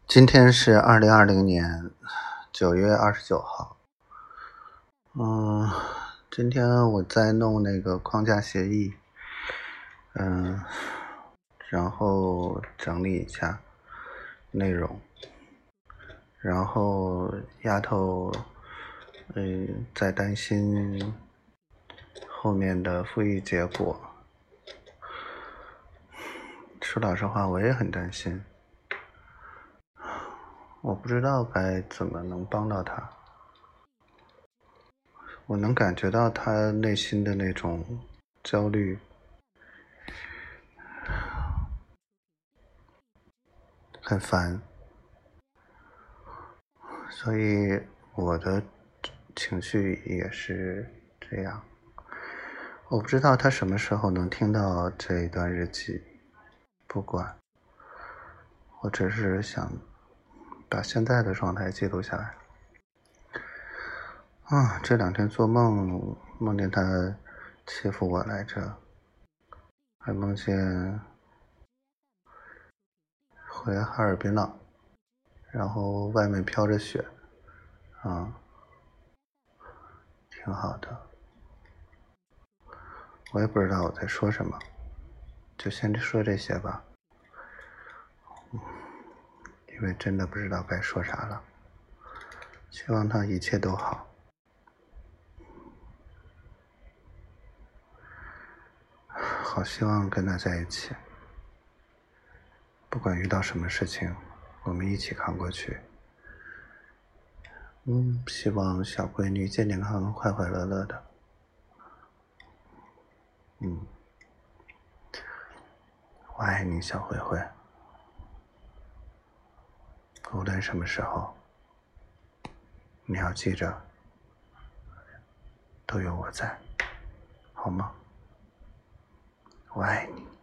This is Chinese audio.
今天是2020年9月29号。今天我在弄那个框架协议，然后整理一下内容，然后丫头，在担心后面的复议结果。说老实话，我也很担心。我不知道该怎么能帮到他，我能感觉到他内心的那种焦虑，很烦，所以我的情绪也是这样。我不知道他什么时候能听到这一段日记，不管，我只是想把现在的状态记录下来。这2天做梦，梦见他欺负我来着，还梦见回哈尔滨了，然后外面飘着雪，挺好的。我也不知道我在说什么，就先说这些吧，因为真的不知道该说啥了。希望他一切都好。好希望跟他在一起，不管遇到什么事情，我们一起扛过去。希望小闺女健健康康、快快乐乐的。我爱你，小灰灰。无论什么时候，你要记着，都有我在，好吗？我爱你。